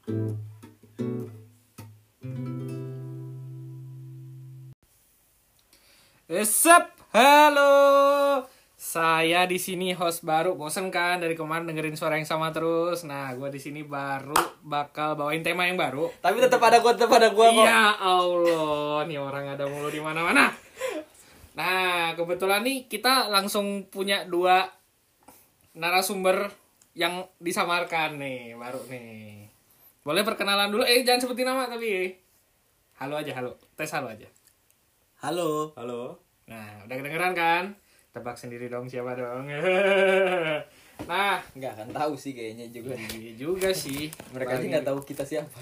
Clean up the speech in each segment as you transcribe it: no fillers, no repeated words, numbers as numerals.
Sup, halo. Saya di sini host baru. Bosen kan dari kemarin dengerin suara yang sama terus. Nah, gue di sini baru bakal bawain tema yang baru. Tapi tetap ada gua kok. Ya Allah, nih orang ada mulu di mana-mana. Nah, kebetulan nih kita langsung punya 2 narasumber yang disamarkan nih, baru nih. Boleh perkenalan dulu? Jangan sebutin nama tapi. Halo aja, halo. Tes halo aja. Halo. Nah, udah kedengeran kan? Tebak sendiri dong siapa dong. Nah, Nggak akan tahu sih kayaknya juga. iya juga sih. Mereka aja nggak tahu kita siapa.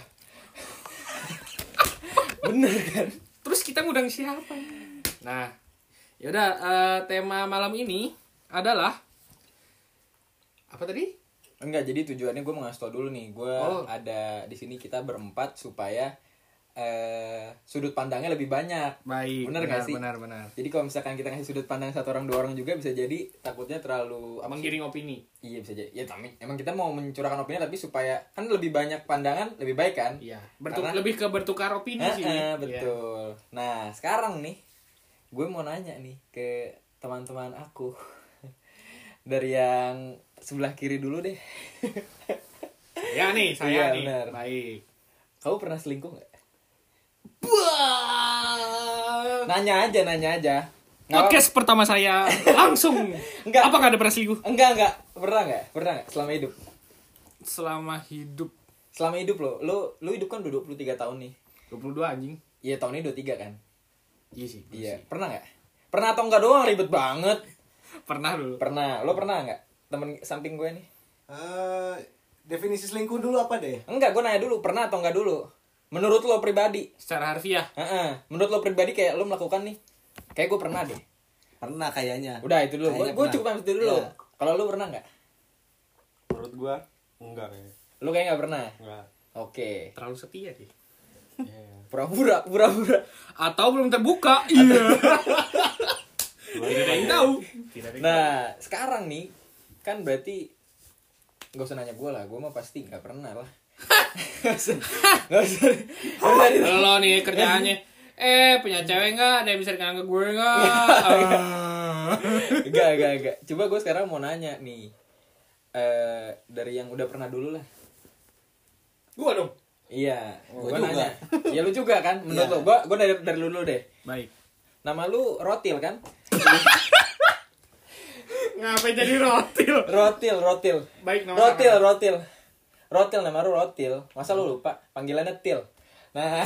Bener kan? Terus kita ngundang siapa? Nah, yaudah, tema malam ini adalah apa tadi? Enggak, jadi tujuannya gue mau ngasih tau dulu nih. Gue ada di sini kita berempat supaya sudut pandangnya lebih banyak. Baik. Bener nggak sih? Benar. Jadi kalau misalkan kita ngasih sudut pandang 1 orang 2 orang juga bisa jadi takutnya terlalu Menggiring opini. Iya bisa jadi. Ya tapi emang kita mau mencurahkan opini tapi supaya kan lebih banyak pandangan lebih baik kan? Iya. Karena- Lebih ke bertukar opini sih. Betul. Nah sekarang nih gue mau nanya nih ke teman-teman aku dari yang sebelah kiri dulu deh. Ya nih, Iya, saya nih. benar. Baik. Kamu pernah selingkuh nggak? Nanya aja. Nggak Podcast pertama saya langsung. Enggak. Apa nggak ada pernah selingkuh? Enggak. Pernah nggak? Selama hidup? Selama hidup Lu hidup kan udah 23 tahun nih. 22 anjing. Iya tahun ini 23 kan? Iya sih. Iya. Pernah nggak? Pernah atau enggak doang ribet banget. Pernah dulu. Pernah. Lo pernah nggak? Temen samping gue nih. Definisi selingkuh dulu apa deh? Enggak, gue nanya dulu. Pernah atau enggak dulu? Menurut lo pribadi? Secara harfiah. Menurut lo pribadi kayak lo melakukan nih? Kayak gue pernah deh. Pernah kayaknya. Udah itu dulu. Kayaknya Gue pernah. cukup sampai itu dulu. Iya. Kalau lo pernah nggak? Menurut gua enggak kayaknya. Lo kayak nggak pernah? Enggak. Oke. Terlalu setia deh. Iya. Pura-pura. Atau belum terbuka. Iya. Tidak ada yang tahu. Nah, sekarang nih kan berarti gak usah nanya gue lah, gue mah pasti gak pernah lah. Gak usah. Lo nih kerjaannya. Punya cewek nggak? Ada yang bisa dikenal ke gue nggak? Gak. Coba gue sekarang mau nanya nih. Dari yang udah pernah dulu lah. Gue dong. Iya, Gua gue juga. nanya. Ya lu juga kan? Menurut Iya. lo, gue dari lu dulu deh. Baik. Nama lu Rotil kan? Ngapain jadi rotil? Rotil. Baik, nama Rotil nama lu Rotil. Masa lu lupa? Panggilannya Til. Nah.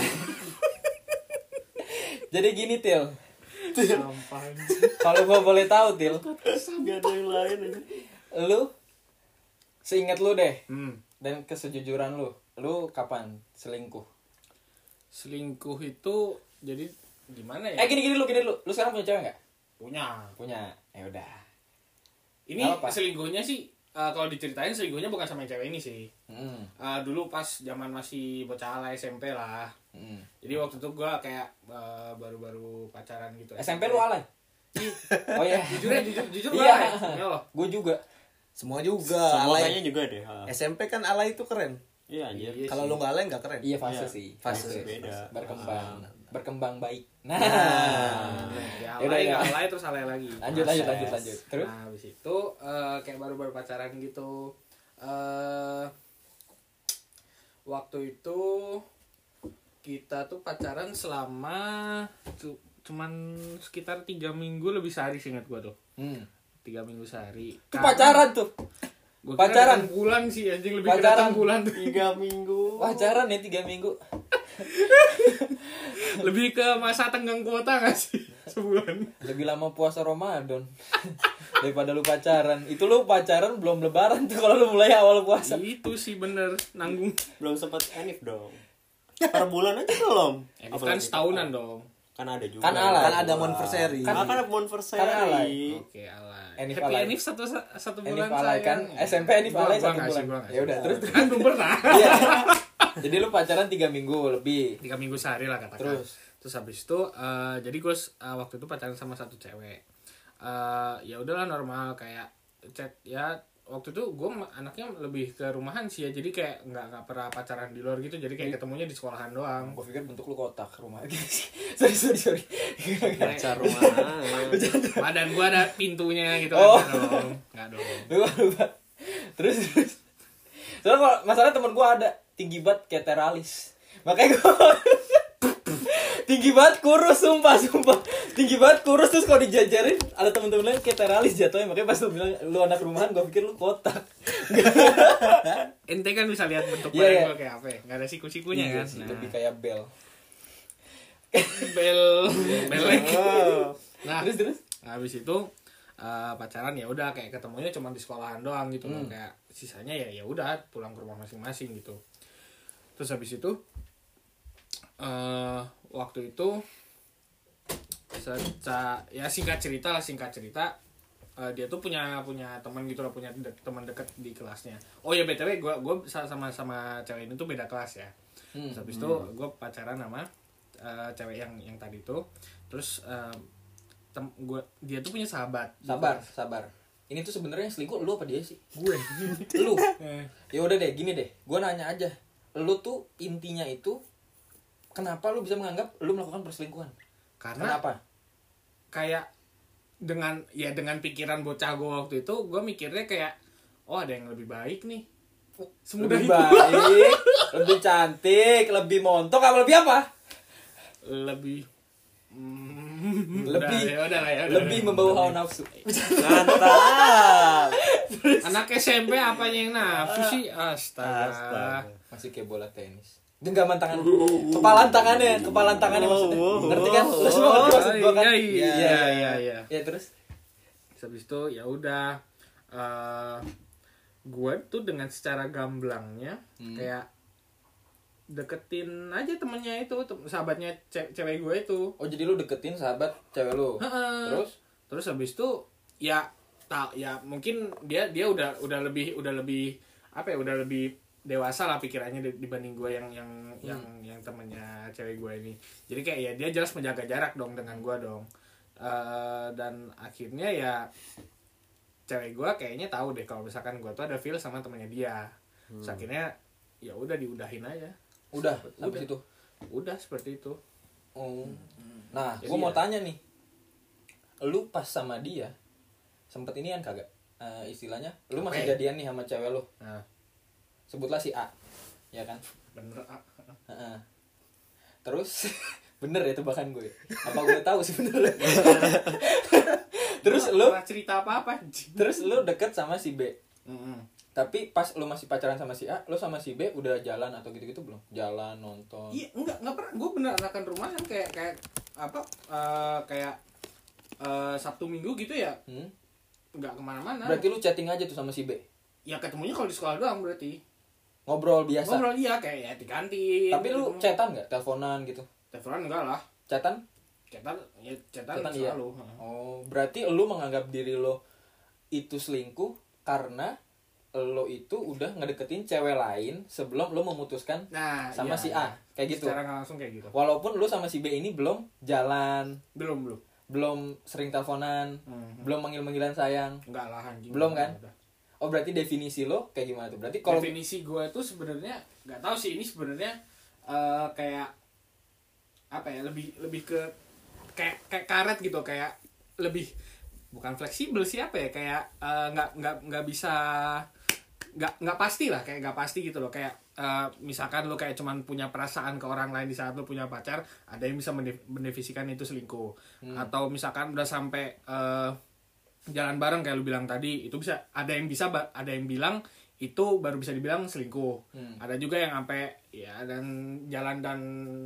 Jadi gini Til. Kalau gua boleh tahu Til, Enggak ada yang lain aja. lu seingat lu deh Hmm. dan kesejujuran lu kapan selingkuh? Selingkuh itu jadi gimana ya? Gini lu sekarang punya cewek nggak? Punya. Ya udah. Ini Nggak apa. selingkuhnya sih kalau diceritain selingkuhnya bukan sama yang cewek ini sih. Dulu pas zaman masih bocah alay SMP lah. Jadi waktu itu gue kayak baru-baru pacaran gitu. SMP lu alay? Oh ya. Jujur Iya. Ya Allah. Gue juga. Semua juga. Semua Alay. kayaknya juga deh. SMP kan alay itu keren. Iya anjir. Iya Kalau sih. lu nggak alay nggak keren. Iya fase Iya. sih. Fase. Beda. Berkembang baik. Nah. Ya, Yaudah, alay, ya. nggak alay terus alay lagi. Lanjut. Terus? Nah, habis itu kayak baru-baru pacaran gitu. Waktu itu kita tuh pacaran selama cuman sekitar 3 minggu lebih sehari seingat gua tuh. 3 minggu sehari. Itu pacaran tuh. Gua pacaran? kira 8 bulan sih anjing, lebih Pacaran. ke 8 bulan tuh. 3 minggu. Pacaran ya 3 minggu. Lebih ke masa tenggang kuota gak sih? Sebulan. Lebih lama puasa Ramadan daripada lu pacaran. Itu lu pacaran belum lebaran tuh kalau lu mulai awal puasa. Itu sih bener nanggung. Belum sempat enif dong. Per bulan aja belum. Kan Apalagi setahunan dong. Kan ada juga. Kan alay. Kan ada monversary. Kan ada Kan monversary. alay. Oke, alay. Enif Happy alay. Enif satu Enif bulan alay kan. sayang. SMP Enif Gua- alay gua 1 nggak sih, bulan. gua nggak Ya sih. udah terus. Kan belum pernah. Iya. Jadi lu pacaran 3 minggu lebih. 3 minggu sehari lah katakan. Terus habis itu jadi gue waktu itu pacaran sama satu cewek. Ya udahlah normal kayak chat ya waktu itu gue anaknya lebih ke rumahan sih ya, jadi kayak nggak pernah pacaran di luar gitu, jadi kayak ketemunya di sekolahan doang. Gue pikir bentuk lu kotak rumah. sorry. Pacar rumah. Badan gue ada pintunya gitu Oh. kan. Nggak dong. Lupa. Terus. Soalnya kalau masalah temen gue ada tinggi banget kayak teralis. Makanya gue tinggi banget kurus sumpah. Tinggi banget kurus, terus kalau dijajarin ada temen-temen lain kayak teralis jatuhnya. Makanya pas lu bilang lu anak rumahan, gue pikir lu kotak. Ente kan bisa lihat bentuk Iya, badan iya. gue kayak apa ya, nggak ada siku-sikunya Iya kan. sih, Nah, lebih kayak bel. belek. Oh. Nah, Terus. habis itu pacaran ya udah kayak ketemunya cuma di sekolahan doang gitu loh, kayak sisanya ya udah pulang ke rumah masing-masing gitu. Terus habis itu waktu itu ya singkat cerita dia tuh punya teman gitu loh, punya teman dekat di kelasnya. Oh ya BTW gue sama cewek ini tuh beda kelas ya. Terus habis itu gue pacaran sama cewek yang tadi itu. Terus dia tuh punya sahabat. Sabar. Ini tuh sebenarnya yang selingkuh lu apa dia sih? Gue. Lu. Ya udah deh, gini deh. Gue nanya aja. Lu tuh intinya itu kenapa lu bisa menganggap lu melakukan perselingkuhan? Karena Kenapa? kayak dengan pikiran bocah gue waktu itu, gue mikirnya kayak oh ada yang lebih baik nih. Semudah Lebih itu. baik, lebih cantik, lebih montok, apa lebih apa? Lebih Lebih udah lah ya. lebih membawa hawa nafsu. Mantap. Anak SMP apanya yang nafsu sih? Astaga. Astaga. Masih kayak bola tenis. Genggaman tangan, kepalan tangannya maksudnya. Ngerti kan? Lu semua ngerti maksud gua kan? Iya. Ya terus. Habis itu ya udah gue tuh dengan secara gamblangnya kayak deketin aja temennya itu, sahabatnya cewek gue itu. Oh jadi lu deketin sahabat cewek lu. Heeh. Terus habis itu ya mungkin dia udah lebih apa ya, udah lebih dewasa lah pikirannya dibanding gue yang temennya cewek gue ini. Jadi kayak ya dia jelas menjaga jarak dong dengan gue dong. Dan akhirnya ya cewek gue kayaknya tahu deh kalau misalkan gue tuh ada feel sama temennya dia. Terus akhirnya ya udah diudahin aja. Udah sampai situ. Udah seperti itu. Oh. Nah, Jadi gue mau ya. tanya nih. Lu pas sama dia sempet ini kan kagak? Istilahnya lu masih Oke. jadian nih sama cewek lu. Nah, Sebutlah si A. Ya kan? bener. Heeh. Terus bener ya tebakan gue. Apa gue tahu sebenarnya? Terus lu pernah cerita apa-apa? terus lu deket sama si B. Tapi pas lu masih pacaran sama si A, lu sama si B udah jalan atau gitu-gitu belum? Jalan, nonton. Iya, enggak pernah. Gue bener akan rumahan kayak apa? Kayak Sabtu Minggu gitu ya. Nggak kemana-mana. Berarti lu chatting aja tuh sama si B. Ya ketemunya kalau di sekolah doang berarti. Ngobrol biasa. Ngobrol iya kayak ya di kantin. Tapi lu gitu. chatan enggak? Teleponan gitu. Teleponan enggak lah. Chatan? Chatan Iya. selalu. Oh, berarti lu menganggap diri lo itu selingkuh karena lo itu udah ngedeketin cewek lain sebelum lo memutuskan Nah, sama iya, si A. Kayak gitu. Secara nggak langsung kayak gitu. Walaupun lo sama si B ini belum jalan, Belum. sering teleponan, belum manggil-manggilan sayang. Enggak lah anjing. Belum kan? Udah. Oh, berarti definisi lo kayak gimana tuh? Berarti kalau Definisi gue tuh sebenarnya nggak tahu sih, ini sebenarnya kayak apa ya, lebih ke kayak karet gitu, kayak lebih bukan fleksibel sih apa ya, kayak nggak bisa nggak pasti lah, kayak nggak pasti gitu loh, kayak misalkan lo kayak cuman punya perasaan ke orang lain di saat lo punya pacar, ada yang bisa mendefinisikan itu selingkuh. Atau misalkan udah sampai jalan bareng kayak lu bilang tadi, itu bisa ada yang bilang itu baru bisa dibilang selingkuh. Ada juga yang sampai ya dan jalan dan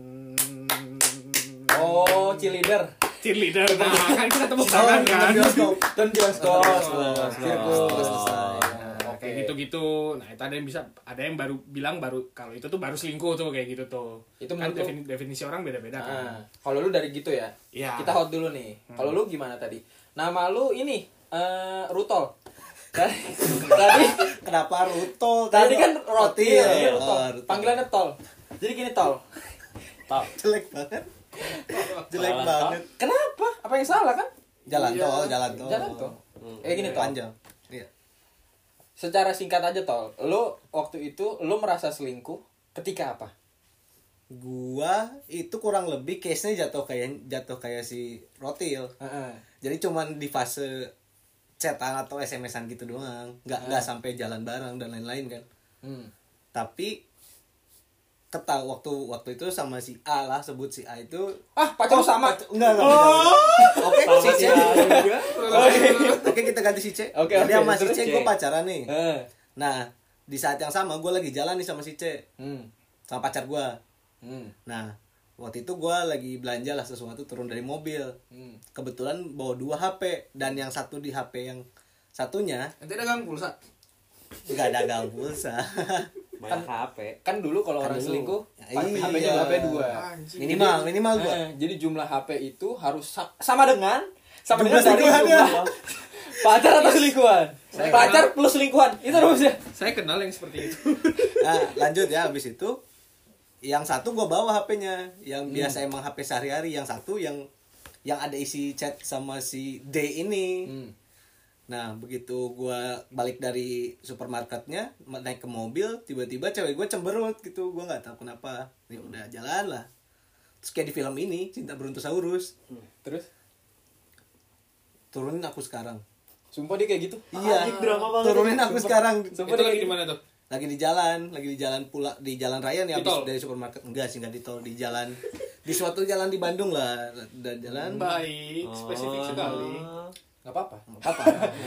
cheerleader. Nah, kan kita tepuk tangan kan. Dan bioskop. Sirkus. Nah, kayak gitu-gitu. Nah, itu ada yang baru kalau itu tuh baru selingkuh tuh, kayak gitu tuh. Itu Kan menurut lu- definisi orang beda-beda kan. Kalau lu dari gitu ya. Iya. Kita hot dulu nih. Kalau lu gimana tadi? Nama lu ini Rutol. Tadi Kenapa Rutol? tadi kan roti, ya. Rutol. Panggilannya Tol. Jadi gini Tol. Jelek banget. Jelek Salah, banget. Kenapa? Apa yang salah kan? Jalan Iya. tol. Jalan Tol. Gini Tol. Panjang. Iya. secara singkat aja Tol. Lo waktu itu lo merasa selingkuh ketika apa? Gua itu kurang lebih case-nya jatuh kayak si Rotil. Heeh. Jadi cuman di fase chatan atau SMS-an gitu doang. Nggak sampai jalan bareng dan lain-lain kan. Tapi ketahu waktu itu sama si A lah, sebut si A itu Pacar lu sama. enggak. Oke, si C. Oke, kita ganti si C. Oke, Jadi sama si terus C C. gue pacaran nih. Heeh. Nah, di saat yang sama gue lagi jalan nih sama si C. Sama pacar gue. Nah, waktu itu gue lagi belanja lah sesuatu, turun dari mobil. Kebetulan bawa 2 HP. Dan yang satu di HP yang satunya Nanti dagang pulsa. nggak dagang pulsa. Banyak HP. Kan dulu kalau Kan orang dulu. selingkuh, Iya. HP-nya HP 2. Anjing. Minimal gue. Jadi jumlah HP itu harus sama dengan Jumlah dari selingkuhannya. jumlah pacar atau selingkuhan. Pacar plus selingkuhan. Itu rumusnya. Saya kenal yang seperti itu. Nah, lanjut ya, habis itu yang satu gue bawa HP-nya, yang biasa emang HP sehari-hari, yang satu yang ada isi chat sama si D ini. Nah, begitu gue balik dari supermarketnya, naik ke mobil, tiba-tiba cewek gue cemberut gitu, gue nggak tahu kenapa. Ya udah jalan lah. Terus kayak di film ini, Cinta Brontosaurus, Terus turunin aku sekarang. sumpah dia kayak gitu. Iya, drama banget. turunin aku sekarang. Sumpah Itu dia lagi kayak di mana tuh? Lagi di jalan pula di jalan raya nih, Di habis tol? dari supermarket. Enggak sih, enggak di tol, di jalan, di suatu jalan di Bandung lah, dan jalan Baik, spesifik sekali. Gak apa-apa. apa.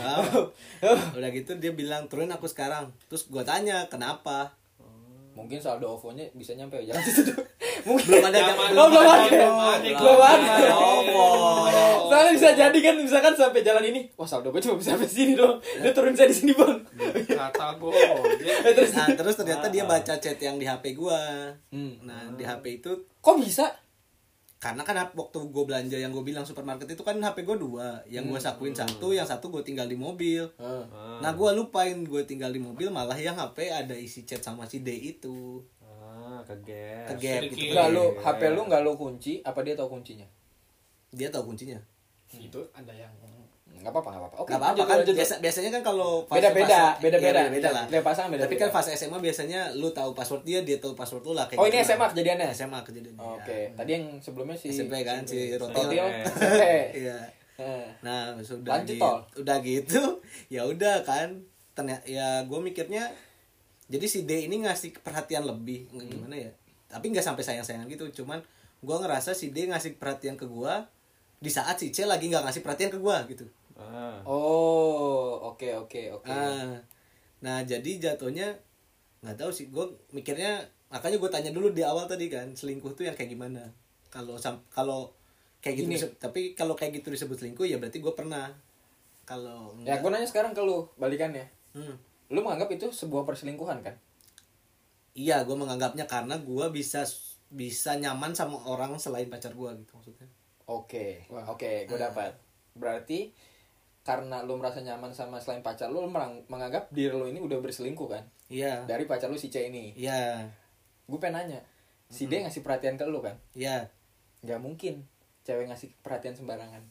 Udah gitu dia bilang turunin aku sekarang. Terus gua tanya kenapa. Mungkin saldo OVO-nya bisa nyampe jalan situ tuh. Mungkin Belum ada Zaman- Oh, belum ada. Belum ada. Oh. Soalnya bisa jadi kan misalkan sampai jalan ini, wah saldo gue cuma bisa sampai sini doang. Dia turun saya di sini, Bang. Kata gue. Terus ternyata dia baca chat yang di HP gua. Nah, di HP itu Kok bisa? karena kan waktu gue belanja yang gue bilang supermarket itu kan HP gue 2, yang gue sakuin satu, yang satu gue tinggal di mobil. Nah, gue lupain gue tinggal di mobil, malah yang HP ada isi chat sama si D itu. Kegep. Kegap Sedikit. gitu. Enggak lu HP lu enggak lu kunci, apa dia tahu kuncinya? Dia tahu kuncinya. Itu ada yang Enggak apa-apa. Oke. Gak apa-apa kan, biasanya kan kalau beda-beda beda lah. Tiap pasang beda. Tapi kan fase SMA biasanya lu tahu password dia tahu password lu lah kayak Oh, gitu ini lah. SMA kejadiannya? SMA kejadiannya. Oke. Tadi yang sebelumnya si SMP kan si Rotil. Rotil. Iya. Eh. Nah, sudah Lanjut, gitu, Tol. udah gitu, ya udah kan. Ternyata ya gue mikirnya jadi si D ini ngasih perhatian lebih, gimana ya? Tapi nggak sampai sayang-sayangan gitu, cuman gue ngerasa si D ngasih perhatian ke gue di saat si C lagi nggak ngasih perhatian ke gue gitu. Oh, oke. Nah, jadi jatuhnya nggak tahu sih, gue mikirnya, makanya gue tanya dulu di awal tadi kan, selingkuh tuh yang kayak gimana? Kalau kayak gitu tapi kalau kayak gitu disebut selingkuh ya berarti gue pernah. Kalau Ya, gue nanya sekarang ke lu, balikannya. Hmm. Lu menganggap itu sebuah perselingkuhan kan? Iya, gue menganggapnya karena gue bisa nyaman sama orang selain pacar gue gitu maksudnya. Oke, gue dapat. Berarti karena lu merasa nyaman sama selain pacar lu menganggap diri lu ini udah berselingkuh kan? Iya. Dari pacar lu si C ini. Iya. Gue pengen nanya, si D ngasih perhatian ke lu kan? Iya. Gak mungkin cewek ngasih perhatian sembarangan.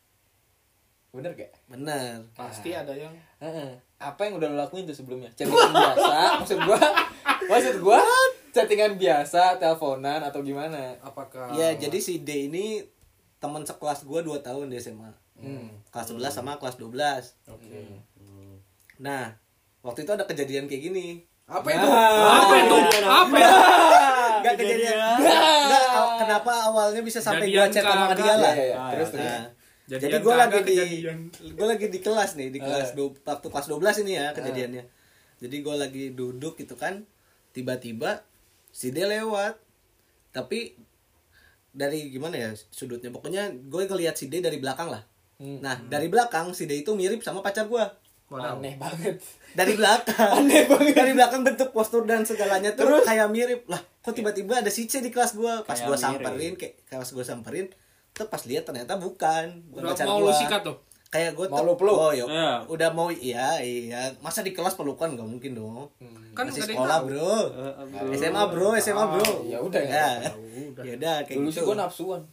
Bener gak? Bener. pasti ada yang Apa yang udah lo lakuin tuh sebelumnya? Chattingan biasa, maksud gua chattingan biasa, teleponan atau gimana? apakah Iya, jadi si D ini teman sekelas gue 2 tahun di SMA. Kelas 11 sama kelas 12. Oke. Nah, waktu itu ada kejadian kayak gini. Apa itu? Apa itu? Apa itu? Gak kejadian. Nggak, kenapa awalnya bisa sampai gue Jadian chat sama kagak. dia lah. Iya. Terus. Nah, Jadian jadi gue kagak kejadian. lagi di kelas nih, di kelas waktu kelas 12 ini ya kejadiannya. Jadi gue lagi duduk gitu kan, tiba-tiba si D lewat. Tapi dari gimana ya sudutnya, pokoknya gue ngeliat si D dari belakang lah. Nah, dari belakang si D itu mirip sama pacar gue. Aneh banget. Dari belakang. Aneh banget. Dari belakang bentuk postur dan segalanya tuh kayak mirip. Lah, kok tiba-tiba ada si C di kelas gue. Pas gue samperin, kayak gue samperin, tuh pas lihat ternyata bukan Udah pacar mau gue. lu sikat tuh. kayak gue Mau lu peluk? oh yo Iya. udah mau iya masa di kelas pelukan nggak mungkin dong. Kan Masih nggak ada yang sekolah tahu. bro. SMA bro Ya udah ya udah kayak dulu gitu. sih gue nafsuan.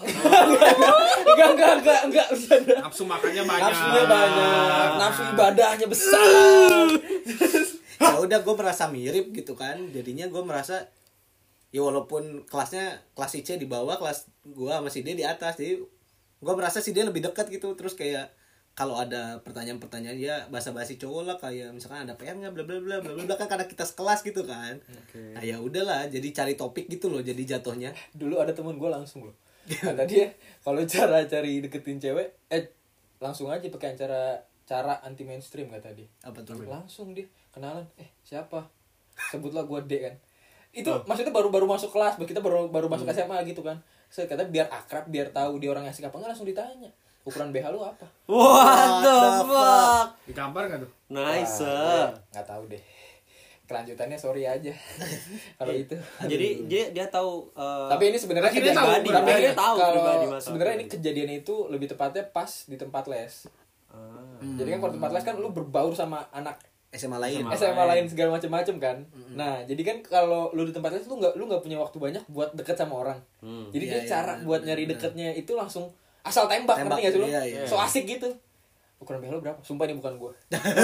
Enggak bercanda. Nafsu makannya banyak. Nafsunya banyak, nafsu ibadahnya besar. Ya udah gue merasa mirip gitu kan, jadinya gue merasa ya walaupun kelasnya kelas si C di bawah, kelas gue sama si D di atas, jadi gue merasa si D lebih dekat gitu. Terus kayak kalau ada pertanyaan-pertanyaan ya basa-basi cowok lah, kayak misalkan ada PR nggak bla bla bla bla bla kan karena kita sekelas gitu kan. Nah ya udahlah, jadi cari topik gitu loh, jadi jatuhnya. Dulu ada temen gue langsung loh. Kata dia kalau cara cari deketin cewek, langsung aja pakai cara anti mainstream kata dia. Apa tuh? Langsung dia kenalan, siapa? Sebutlah gue D kan. Itu maksudnya baru masuk kelas, kita baru masuk SMA gitu kan. Saya kata biar akrab, biar tahu dia orang asik apa enggak, langsung ditanya. Ukuran BH lu apa? What the fuck? Digampar nggak tuh? Nice. Nggak tahu deh. Kelanjutannya sorry aja. Kalau itu. Jadi dia tahu Tapi ini sebenarnya Akhirnya tahu, tapi pribadi. ini Tahu kalau pribadi masalah sebenarnya ini pribadi. kejadian itu lebih tepatnya pas di tempat les. Ah. Jadi kan kalau tempat les kan lu berbaur sama anak SMA lain. SMA lain segala macam-macam kan. Nah, jadi kan kalau lu di tempat les lu nggak punya waktu banyak buat deket sama orang. Jadi Iya, dia iya, cara benar, buat benar, nyari benar. deketnya itu langsung asal tembak, Tembak, ngerti nggak sih lu? iya, iya. So asik gitu. Ukuran BH lu berapa? Sumpah ini bukan gua.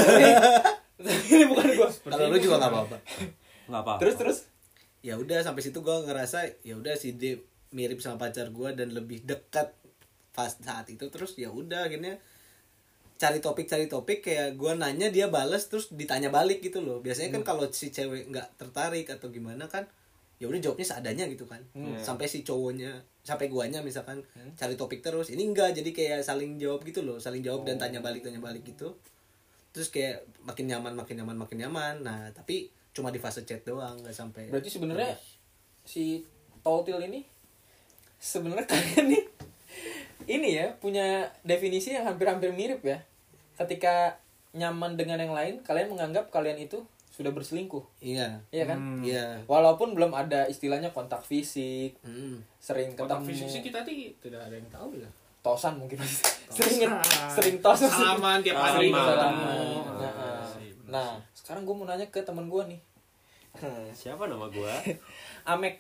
Ini bukan gua. Kalau lu juga nggak apa-apa. Nggak apa. Terus Ya udah sampai situ gue ngerasa ya udah si D mirip sama pacar gue dan lebih dekat pas saat itu. Terus ya udah akhirnya cari topik kayak gue nanya dia balas terus ditanya balik gitu loh. Biasanya kan kalau si cewek nggak tertarik atau gimana kan ya udah jawabnya seadanya gitu kan. Sampai si cowoknya sampai guanya misalkan cari topik terus, ini enggak, jadi kayak saling jawab gitu loh, saling jawab dan tanya balik gitu. Terus kayak makin nyaman. Nah tapi cuma di fase chat doang, nggak sampai. berarti sebenarnya si Toltil ini sebenarnya kalian nih ini ya punya definisi yang hampir-hampir mirip ya. Ketika nyaman dengan yang lain, kalian menganggap kalian itu sudah berselingkuh. Iya. Iya kan? Iya. Walaupun belum ada istilahnya kontak fisik, sering Kontak ketemu. fisik sih kita tidak ada yang tahu ya. Tosan mungkin masih sering tos Salaman tiap hari. salaman. Nah, sekarang gue mau nanya ke teman gue nih. Siapa nama gua? Amek.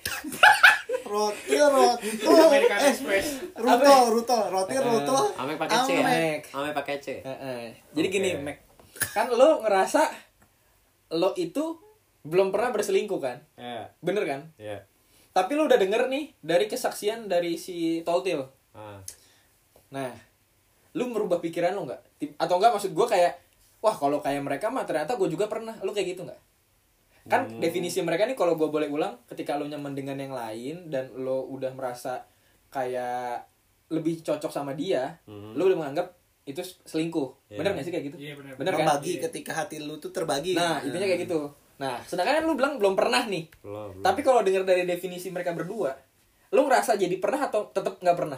Roti. American Express. Roti. Ame pakai C ya? Amek. Ame pakai C. Jadi Oke. gini, Mek. Kan lo ngerasa lo itu belum pernah berselingkuh kan? Iya. Bener kan? Iya. Tapi lo udah denger nih dari kesaksian dari si Toltil. Ah. Nah, lu merubah pikiran lo nggak? Atau enggak, maksud gue kayak, wah kalau kayak mereka mah ternyata gue juga pernah. Lu kayak gitu nggak? Kan definisi mereka nih kalau gue boleh ulang, ketika lo nyaman dengan yang lain dan lo udah merasa kayak lebih cocok sama dia, lo udah menganggap itu selingkuh. Iya. Bener nggak sih kayak gitu? Iya, bener. Bener kan? Membagi ketika hati lu tuh terbagi. Nah, intinya kayak gitu. Nah, sedangkan kan lu bilang belum pernah nih. Belum. Tapi kalau dengar dari definisi mereka berdua, lu ngerasa jadi pernah atau tetap nggak pernah?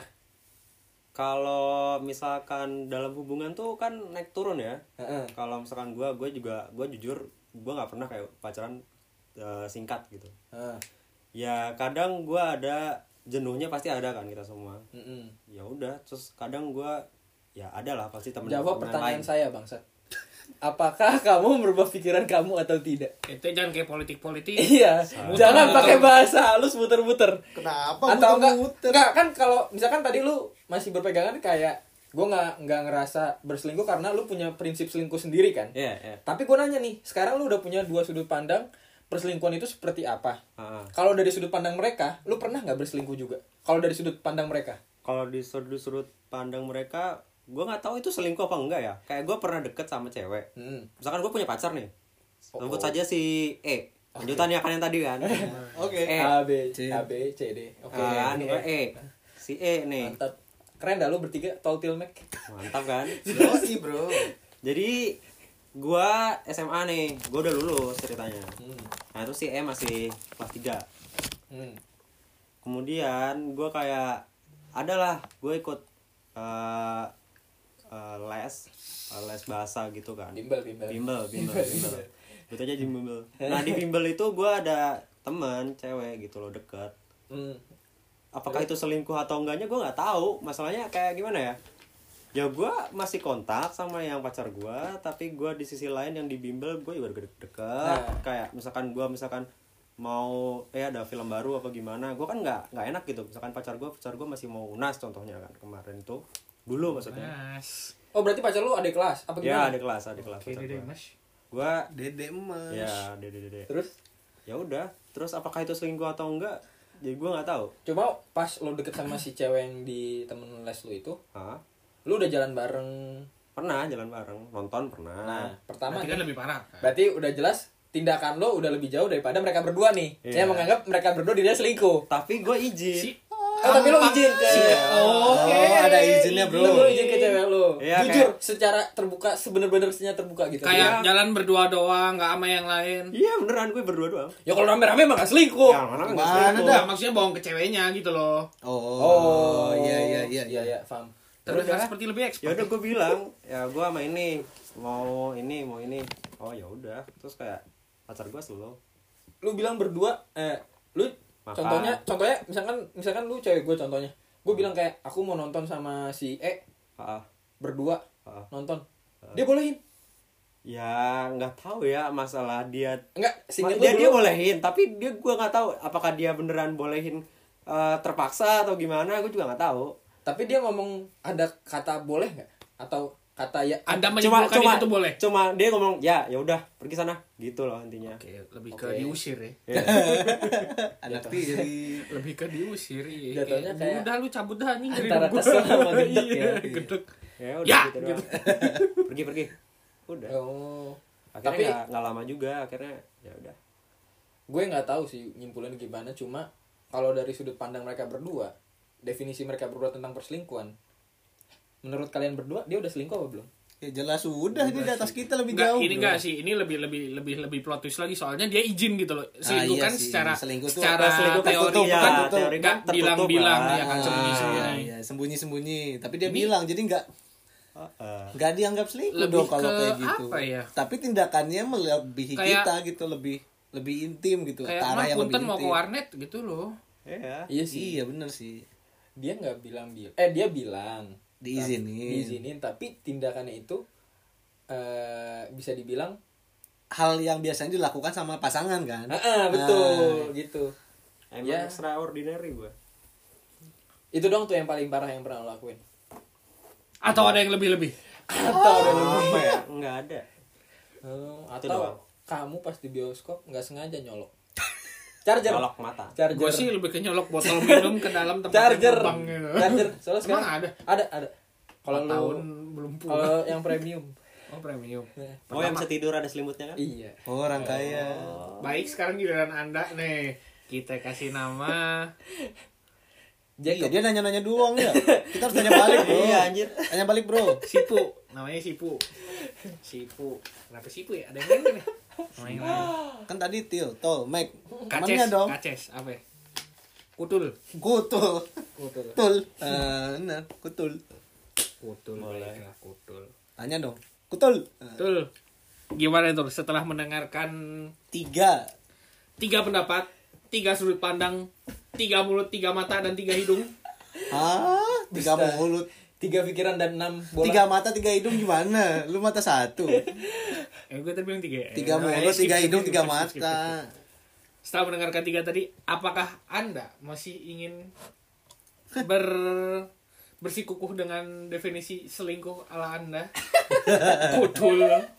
Kalau misalkan dalam hubungan tuh kan naik turun ya. Heeh. Kalau misalkan gue jujur gue nggak pernah kayak pacaran singkat gitu. Heeh. Ya kadang gue ada jenuhnya, pasti ada kan kita semua. Mm-mm. Ya udah, terus kadang gue ya ada lah pasti temen Jawab temen pertanyaan lain. saya, bangsat. Apakah kamu merubah pikiran kamu atau tidak? Itu jangan kayak politik-politik. Iya, jangan pakai bahasa halus muter-muter. Kenapa Atau muter-muter? enggak kan kalau misalkan tadi lu masih berpegangan kayak gue nggak ngerasa berselingkuh karena lu punya prinsip selingkuh sendiri kan. Iya, iya. Tapi gue nanya nih, sekarang lu udah punya dua sudut pandang perselingkuhan itu seperti apa? Ah. Kalau dari sudut pandang mereka, lu pernah nggak berselingkuh juga? Kalau dari sudut pandang mereka? Kalau di sudut pandang mereka, gue nggak tahu itu selingkuh apa enggak ya. Kayak gue pernah deket sama cewek. Misalkan gue punya pacar nih, sebut saja si E. Lanjutannya kan yang tadi kan. Oke. A B C D. Oke. Kan gue E. Si E nih. Mantap. Keren dah lu bertiga Toltil Mac. Mantap kan. Yoi, bro. Jadi gue SMA nih, gue udah lulus ceritanya. Nah itu si E masih kelas 3. Kemudian gue kayak adalah gue ikut les bahasa gitu kan. Bimbel. Bimbel. Gitu aja di bimbel. Nah di bimbel itu gue ada temen cewek gitu loh, deket. Apakah itu selingkuh atau enggaknya gue nggak tahu. Masalahnya kayak gimana ya? Ya gue masih kontak sama yang pacar gue, tapi gue di sisi lain yang di bimbel gue juga deket-deket. Kayak misalkan mau ada film baru apa gimana, gue kan nggak enak gitu. Misalkan pacar gue masih mau UNAS contohnya kan kemarin itu dulu maksudnya. Mas. Oh berarti pacar lu adik kelas apa Ya gimana? adik kelas Oke, pacar deh, gue. Mas. Gue Dede emas. ya dede. Terus Ya udah, terus apakah itu selingkuh atau enggak? Jadi gue nggak tahu. coba pas lu deket sama si cewek yang di temen les lu itu, Hah? lu udah jalan bareng. Pernah jalan bareng, nonton pernah. Nah, pertama Berarti kan lebih parah. Kan? berarti udah jelas tindakan lo udah lebih jauh daripada mereka berdua nih. Iya. Saya menganggap mereka berdua dirinya selingkuh. Tapi gue izin. Si Tapi lo izin ke Oke, ada izinnya, Bro. Lo izin ke cewek lo. Iya, Jujur secara terbuka sebenar-benarnya terbuka gitu. kayak jalan berdua doang, nggak sama yang lain. Iya beneran gue berdua doang. Ya kalau rame-rame emang gak selingkuh. Ya mana nggak Mana selingkuh. dah? Ya, maksudnya bohong ke ceweknya gitu loh. Oh, iya. Iya, paham. Terus Terus seperti lebih Ya expert. udah gue bilang, ya gue sama ini mau ini. Oh ya udah, terus kayak pacar gue slow. lu bilang berdua lu Makan. contohnya misalkan lu cewek gue contohnya. Gue bilang kayak aku mau nonton sama si berdua nonton. Dia bolehin. Ya nggak tahu ya masalah dia. Enggak, singkat Dia bolehin, tapi gue nggak tahu apakah dia beneran bolehin terpaksa atau gimana, gue juga nggak tahu. Tapi dia ngomong ada kata boleh nggak? Atau kata ya Anda menyimpulkan itu boleh. Cuma dia ngomong ya udah pergi sana gitu loh intinya. Oke, lebih ke Oke. diusir ya. Anak tiri. Lebih ke diusir ya. Jatuhnya kayak udah lu cabut dah nih dari antara hidup gua. kesel sama gedek ya. Iya, gedek. Ya udah Ya, gitu doang. Pergi. Udah. Oh. Akhirnya Tapi nggak lama juga, akhirnya ya udah. gue nggak tahu sih nyimpulin gimana, cuma kalau dari sudut pandang mereka berdua, definisi mereka berdua tentang perselingkuhan, menurut kalian berdua dia udah selingkuh apa belum? Ya jelas udah ini di atas kita lebih Enggak, jauh. ini Bro. enggak sih. Ini lebih plot twist lagi soalnya dia izin gitu loh. Selingkuh iya kan sih. secara Selingkuh tuh secara selingkuh teori tertutup, itu kan ya, teori enggak kan bilang-bilang tertutup ya kan lah. sembunyi-sembunyi. Iya, sembunyi-sembunyi. Tapi dia Ini- bilang jadi nggak dianggap selingkuh Lebih dong kalau ke kayak gitu. apa ya? Tapi tindakannya melebihi Kayak- kita gitu, lebih intim gitu. Kayak ke arah mah yang punten lebih mau ke intim. warnet gitu loh. Iya. Iya sih. Iya bener sih. Dia nggak bilang dia bilang diizinin, tapi tindakannya itu bisa dibilang Hal yang biasanya dilakukan sama pasangan kan. betul gitu. Emang Ya. extraordinary gue. Itu dong tuh yang paling parah yang pernah lo lakuin. Atau ada yang lebih-lebih. Atau ada lebih. Apa ya? Enggak ada. Atau doang. kamu pas di bioskop nggak sengaja nyolok charger. Nyolok mata. Charger. Gue sih lebih ke nyolok botol minum ke dalam tempat Charger. terbang gitu. Charger. Soalnya Emang sekarang ada? ada. Kalau 4 lu tahun belum pulang. kalau yang premium. Oh, premium. Oh yang bisa tidur ada selimutnya kan? Iya. Orang kaya. Baik, sekarang giliran Anda nih. Kita kasih nama Iya, dia nanya-nanya doang ya. Kita harus tanya balik, Bro. Iya, anjir. Tanya balik, Bro. Sipu. Namanya Sipu. Sipu. Kenapa Sipu ya? Ada yang lain nih? Nama yang lain. Kan tadi Tio, Tol, Mike. Kaces. Temannya dong. Kaces. Apa ya? Kutul. Kutul. Betul. Kutul. Benar, kutul. Kutul. Baiklah, kutul. Tanya dong. Kutul. Kutul. Gimana tuh setelah mendengarkan 3. 3 pendapat, 3 sudut pandang, 3 mulut, 3 mata, dan 3 hidung? Hah? 3 Bisa. mulut. 3 pikiran dan 6 bola. 3 mata, 3 hidung gimana? Lu mata 1. Gue tadi bilang 3 ya? 3 mulut, 3 hidung, 3 mata. Setelah mendengarkan 3 tadi, apakah Anda masih ingin bersikukuh dengan definisi selingkuh ala Anda? Kutul.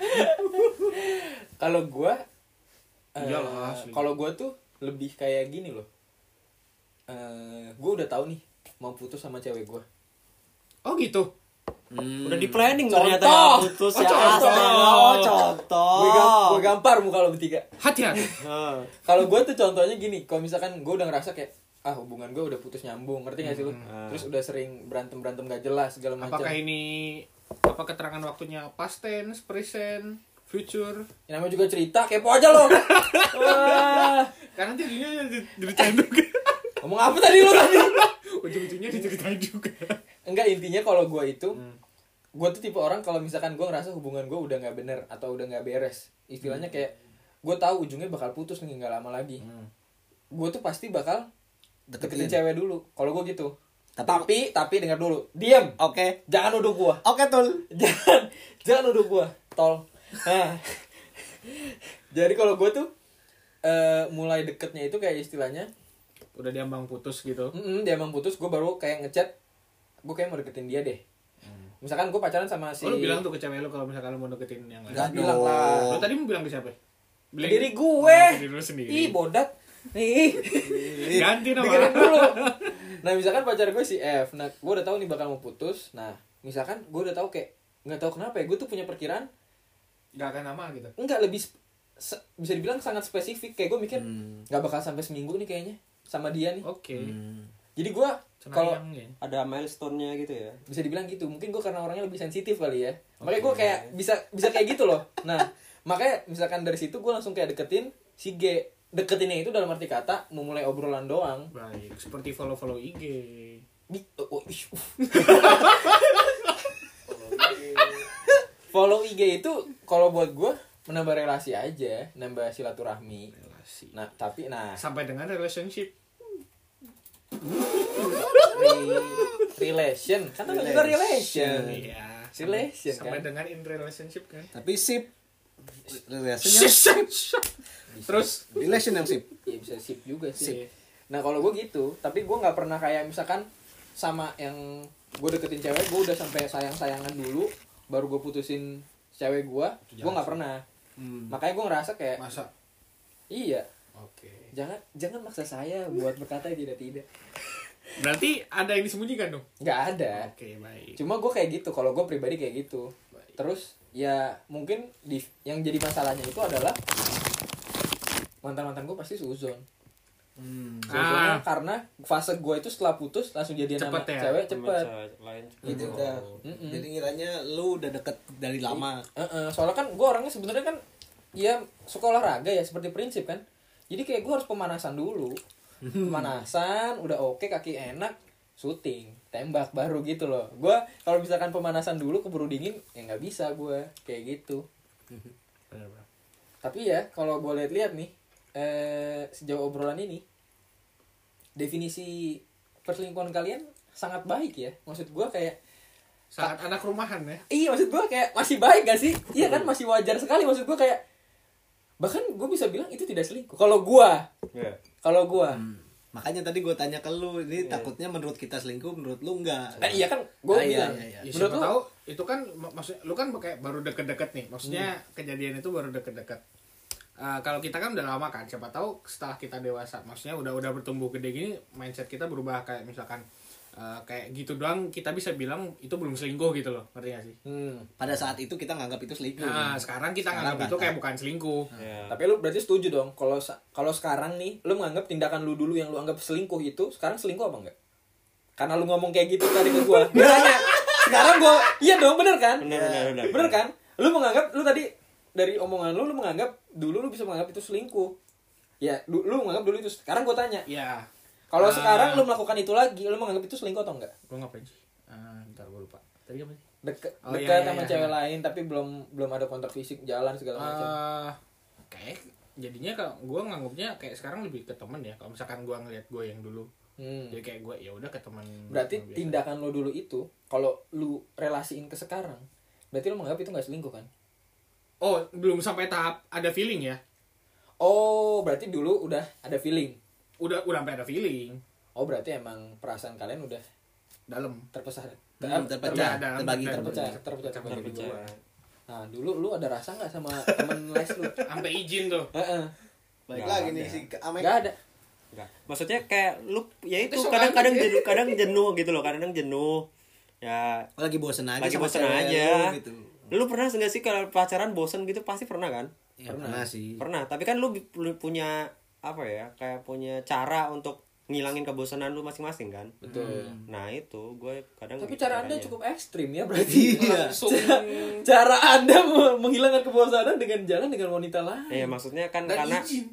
Kalau gua Iyalah, asli. kalau gua tuh lebih kayak gini loh. Gua udah tahu nih mau putus sama cewek gua. Oh gitu? Udah di planning Contoh. ternyata ya putus Oh, ya. contoh. Astaga. Oh, contoh. Gue gampar muka lo bertiga. Hati-hati. Heeh. Kalau gue tuh contohnya gini, kalau misalkan gue udah ngerasa kayak hubungan gue udah putus nyambung, ngerti gak sih lu? Terus udah sering berantem gak jelas segala macam. Apakah ini keterangan waktunya past tense, present, future? Yang namanya juga cerita, kepo aja lo. Wah, Karena nanti ujungnya diceritain juga. ngomong apa tadi lu tadi? Ujung-ujungnya diceritain juga. Enggak, intinya kalau gue itu, gue tuh tipe orang kalau misalkan gue ngerasa hubungan gue udah nggak bener atau udah nggak beres, istilahnya kayak gue tahu ujungnya bakal putus nih nggak lama lagi. Gue tuh pasti bakal deketin cewek dulu. Kalau gue gitu. Tapi dengar dulu. Diam. Oke. Jangan nuduh gua. Oke, Tul. Jangan nuduh gua. Tol. Nah. Jadi kalau gua tuh mulai deketnya itu kayak istilahnya Udah diambang putus gitu. dia emang putus, gua baru kayak ngechat gua kayak mau deketin dia deh. Misalkan gua pacaran sama si Oh, lu bilang tuh ke cewek lu kalau misalkan lu mau deketin yang lain. Enggak bilang lah. Lu tadi mau bilang ke siapa? Ke diri gue. Ke diri lu sendiri. Ih, bodat. Nih. Ganti nama. Dengerin dulu. Nah, misalkan pacar gue si F. Nah, gue udah tahu nih bakal mau putus. Nah, misalkan gue udah tahu kayak nggak tahu kenapa ya, gue tuh punya perkiraan Gak akan lama gitu. enggak lebih bisa dibilang sangat spesifik. Kayak gue mikir nggak bakal sampai seminggu nih kayaknya sama dia nih. Oke. Jadi gue kalau Cenayang ya. Ada milestone-nya gitu ya. bisa dibilang gitu, mungkin gue karena orangnya lebih sensitif kali ya. Makanya gue kayak bisa kayak gitu loh. Nah, makanya misalkan dari situ gue langsung kayak deketin si G. Deketinnya itu dalam arti kata memulai obrolan doang. Baik, seperti follow IG. Follow IG itu kalau buat gue menambah relasi aja, nambah silaturahmi. Relasi. Nah, tapi Sampai dengan relationship. relation kan namanya juga relation. Iya. Relation, Sampai kan? dengan in relationship kan. Tapi sip. Relationnya Terus relation yang sip. Ya bisa sip juga sih. Sip. Nah kalau gue gitu, tapi gue nggak pernah kayak misalkan sama yang gue deketin cewek, gue udah sampai sayang-sayangan dulu, baru gue putusin cewek gue nggak pernah. Makanya gue ngerasa kayak masa. iya, Oke. jangan maksa saya buat berkata tidak. Berarti ada yang disembunyikan dong. Nggak ada. Oke, baik. Cuma gue kayak gitu, kalau gue pribadi kayak gitu. Baik. Terus ya mungkin yang jadi masalahnya itu adalah mantan gue pasti suzon. Suzonnya karena fase gue itu setelah putus langsung jadian sama Cepet ya? cewek cepet. Lain Gitu udah. Jadi ngiranya lu udah deket dari lama. Soalnya kan gue orangnya sebenarnya kan ya suka olahraga ya seperti prinsip kan. Jadi kayak gue harus pemanasan dulu. Pemanasan udah oke, kaki enak, syuting, tembak baru gitu loh. Gue kalau misalkan pemanasan dulu keburu dingin ya nggak bisa gue kayak gitu. Benar-benar. Tapi ya kalau gue lihat-lihat nih sejauh obrolan ini definisi perselingkuhan kalian sangat baik ya. Maksud gue kayak Sangat anak rumahan ya. iya, maksud gue kayak masih baik gak sih? Iya kan, masih wajar sekali. Maksud gue kayak bahkan gue bisa bilang itu tidak selingkuh kalau gue. Yeah. Kalau gue Makanya tadi gue tanya ke lu, ini takutnya menurut kita selingkuh, menurut lu enggak. iya kan gue bilang. iya. Ya, Menurut siapa lu? tahu itu kan maksudnya lu kan kayak baru deket-deket nih. Maksudnya kejadian itu baru deket-deket. Kalau kita kan udah lama kan, siapa tahu setelah kita dewasa, maksudnya udah bertumbuh gede gini, mindset kita berubah kayak misalkan kayak gitu doang kita bisa bilang itu belum selingkuh gitu loh, ngerti gak sih? Pada saat itu kita nganggap itu selingkuh. Nah, sekarang kita nganggap itu kayak bukan selingkuh. Yeah. Tapi lu berarti setuju dong kalau sekarang nih lu menganggap tindakan lu dulu yang lu anggap selingkuh itu sekarang selingkuh apa enggak? Karena lu ngomong kayak gitu tadi ke gua. Gua tanya. Sekarang gua iya dong, bener kan? Bener. Bener kan? Lu menganggap lu tadi dari omongan lu menganggap dulu lu bisa menganggap itu selingkuh. Ya, lu menganggap dulu itu. Sekarang gua tanya. Ya, Kalau sekarang lu melakukan itu lagi, lu menganggap itu selingkuh atau enggak? gua ngapain sih? Bentar gua lupa. Tadi apa sih? Dekat Oh, dekat iya, sama iya. cewek lain tapi belum ada kontak fisik, jalan segala macam. Kayak jadinya kalau gue nganggapnya kayak sekarang lebih ke temen ya. Kalau misalkan gue ngeliat gue yang dulu, jadi kayak gue ya udah ke teman. Berarti biasa. tindakan lo dulu itu kalau lu relasiin ke sekarang, berarti lu menganggap itu nggak selingkuh kan? Oh, belum sampai tahap ada feeling ya? Oh, berarti dulu udah ada feeling. Udah sampai ada feeling Oh, berarti emang perasaan kalian udah dalam. terpecah. Terpecah, terbagi. Terbagi dua. Nah, dulu lu ada rasa nggak sama temen les lu? Sampai izin tuh. Balik lagi nih si Amek. Nggak ada. Enggak. Maksudnya kayak lu ya itu Itu kadang-kadang jenuh gitu loh, kadang jenuh. Ya Lagi bosen aja lagi sama bosan cewek aja. lu gitu. Lu pernah nggak sih kalau pacaran bosan gitu? Pasti pernah kan? Ya, pernah sih. Pernah. Tapi kan lu punya apa ya? Kayak punya cara untuk ngilangin kebosanan lu masing-masing kan? Betul. Nah, itu gue kadang Tapi gitu cara Anda caranya. cukup ekstrim ya berarti. Iya. Langsung. Cara Anda menghilangkan kebosanan dengan jalan dengan wanita lain. Iya, maksudnya kan Dan karena izin.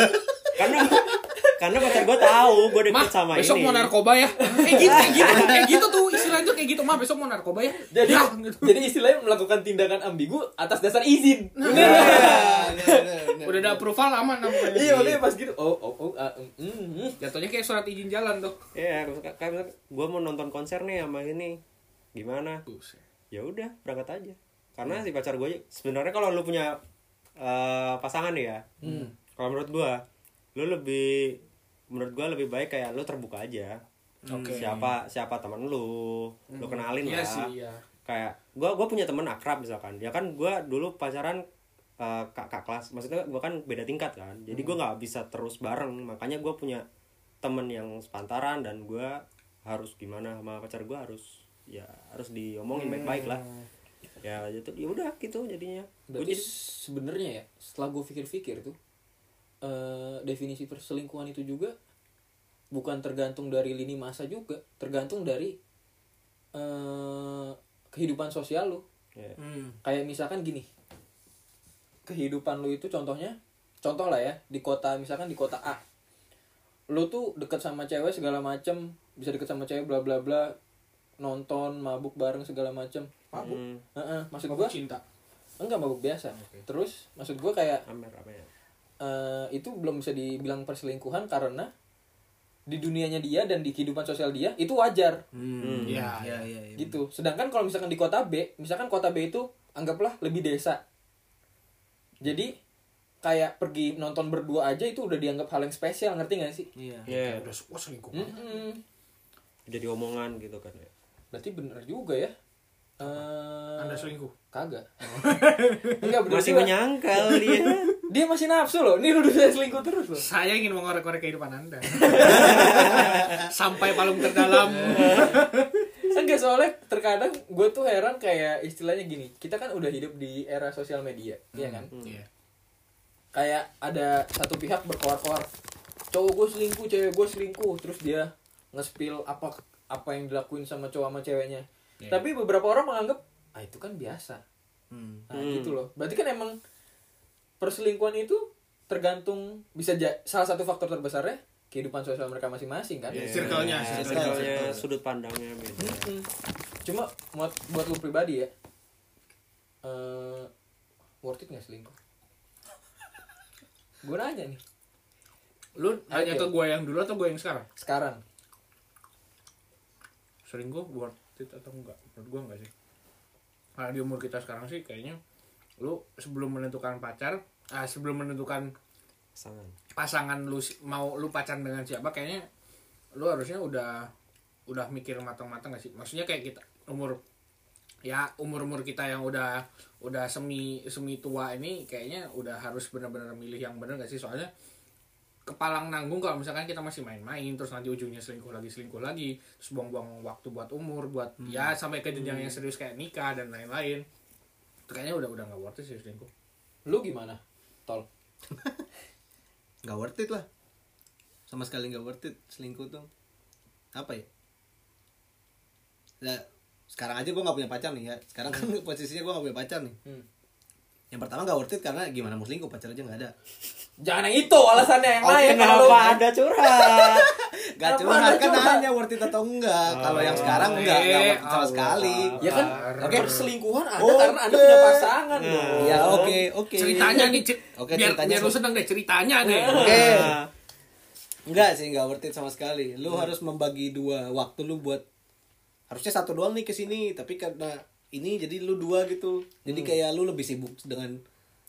karena pacar gue tahu gue Mah, deket sama besok ini. mau narkoba ya? Kayak gitu tuh istilahnya tuh kayak gitu. Mah, besok mau narkoba ya? Jadi Ya, gitu. jadi istilahnya melakukan tindakan ambigu atas dasar izin. Bener. Udah ada approval aman namanya. Iya, makanya pas gitu. Jatuhnya kayak surat izin jalan tuh. Iya, kayak misalkan gue mau nonton konser nih sama ini, gimana? Ya udah berangkat aja. Karena si pacar gue sebenarnya kalau lu punya pasangan ya, kalau menurut gue, menurut gue lebih baik kayak lu terbuka aja. Oke. Siapa teman lu kenalin Iya lah. sih, iya. Kayak gue punya temen akrab misalkan, ya kan gue dulu pacaran kakak kelas, maksudnya gue kan beda tingkat kan, jadi gue nggak bisa terus bareng, makanya gue punya temen yang sepantaran dan gue harus gimana sama pacar gue harus diomongin baik-baik lah. Ya itu ya udah gitu jadinya. Berarti sebenarnya ya, setelah gue pikir-pikir tuh, definisi perselingkuhan itu juga bukan tergantung dari lini masa juga, tergantung dari kehidupan sosial lu. Yeah. Kayak misalkan gini, kehidupan lu itu contoh lah ya, di kota A, lu tuh deket sama cewek segala macem, bisa deket sama cewek bla bla bla, nonton, mabuk bareng segala macem. Mabuk? Maksud Mabuk gua cinta? enggak, mabuk biasa. Terus maksud gua kayak Amer. itu belum bisa dibilang perselingkuhan karena di dunianya dia dan di kehidupan sosial dia itu wajar. Iya. Gitu. Sedangkan kalau misalkan di kota B, misalkan kota B itu anggaplah lebih desa. Jadi kayak pergi nonton berdua aja itu udah dianggap hal yang spesial, ngerti gak sih? Iya. Udah selingkuh. Jadi omongan gitu kan ya. Berarti bener juga ya. Anda selingkuh? Kagak. Enggak bener Masih juga. menyangkal dia. Dia masih nafsu loh. Ini udah saya selingkuh terus loh. Saya ingin mengorek-korek kehidupan Anda. Sampai palung terdalam. Enggak, soalnya terkadang gue tuh heran kayak istilahnya gini. Kita kan udah hidup di era sosial media, iya kan? Iya. Kayak ada satu pihak berkoar-koar, cowok gue selingkuh, cewek gue selingkuh, terus dia nge-spill apa yang dilakuin sama cowok sama ceweknya. Yeah. Tapi beberapa orang menganggap itu kan biasa. Nah gitu loh. Berarti kan emang perselingkuhan itu tergantung, bisa salah satu faktor terbesarnya kehidupan sosial mereka masing-masing kan. Yeah. Circle-nya. Sudut pandangnya beda. Cuma buat lu pribadi ya, worth it nggak selingkuh? Gue nanya nih. Lu nanya ke gue yang dulu atau gue yang sekarang? Sekarang. Selingkuh worth it atau enggak? Menurut gue enggak sih. Karena di umur kita sekarang sih kayaknya lu sebelum menentukan pasangan lu mau lu pacaran dengan siapa, kayaknya lu harusnya udah mikir matang-matang gak sih? Maksudnya kayak kita umur kita yang udah semi tua ini kayaknya udah harus benar-benar milih yang benar gak sih? Soalnya kepalang nanggung kalau misalkan kita masih main-main terus nanti ujungnya selingkuh lagi terus buang-buang waktu buat umur ya sampai ke jenjang yang serius kayak nikah dan lain-lain. Itu kayaknya udah nggak worth it sih selingkuh. Lu gimana, Tol? Nggak worth it lah, sama sekali nggak worth it selingkuh tuh. Apa ya? Nah, sekarang aja gue nggak punya pacar nih ya. Sekarang kan posisinya gue nggak punya pacar nih. Yang pertama nggak worth it karena gimana mau selingkuh, pacar aja nggak ada. Jangan yang itu alasannya, yang lain. Kenapa ada curhat? Gak curhat kan nanya worth it atau enggak. Kalau yang sekarang enggak worth it sama sekali. Ya kan, Oke. perselingkuhan ada karena Anda punya pasangan dong. Ya oke. Ceritanya nih, Oke, biar ceritanya lu seneng deh ceritanya deh. Oke. Enggak sih, enggak worth it sama sekali. Lu harus membagi dua waktu lu buat, harusnya satu doang nih ke sini, tapi karena ini jadi lu dua gitu. Jadi kayak lu lebih sibuk dengan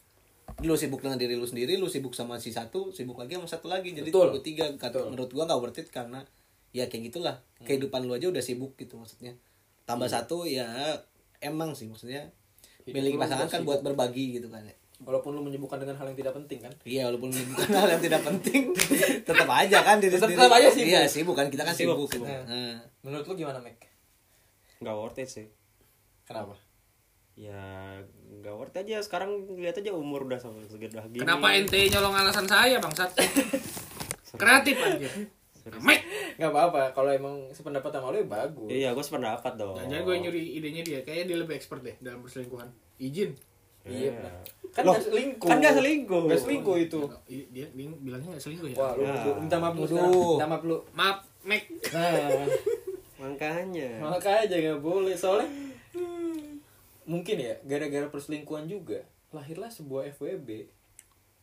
diri lu sendiri, lu sibuk sama si satu, sibuk lagi sama satu lagi. Jadi Betul. lu tiga. Menurut gua enggak worth it karena ya kayak gitulah. Kehidupan lu aja udah sibuk gitu maksudnya. Tambah satu ya emang sih maksudnya miliki pasangan kan buat berbagi gitu kan ya. Walaupun lu menyibukkan dengan hal yang tidak penting kan. Iya, walaupun bukan hal yang tidak penting, tetap aja kan diri sendiri. Tetap aja sibuk. Iya, sibuk kan, kita kan sibuk. Sibuk. Menurut lu gimana, Mek? Nggak worth it sih. Kenapa? Ya nggak worth it aja. Sekarang lihat aja umur udah sama segede gini. Kenapa ente nyolong alasan saya, bangsat? Kreatif anjir. Mek. Gak apa-apa, kalau emang sependapat sama lu ya bagus. Iya, gue sependapat dong. Jangan gue nyuri idenya dia, kayaknya dia lebih expert deh dalam perselingkuhan. Izin. Iya. Kan Loh, gak selingkuh. kan nggak selingkuh. Gak selingkuh itu. Dia bilangnya gak selingkuh ya. Wah, lu minta maaf lu Aduh. sekarang. Minta maaf lu. Maaf, Mek. Nah, Makanya. makanya gak boleh. Soalnya mungkin ya gara-gara perselingkuhan juga lahirlah sebuah FWB.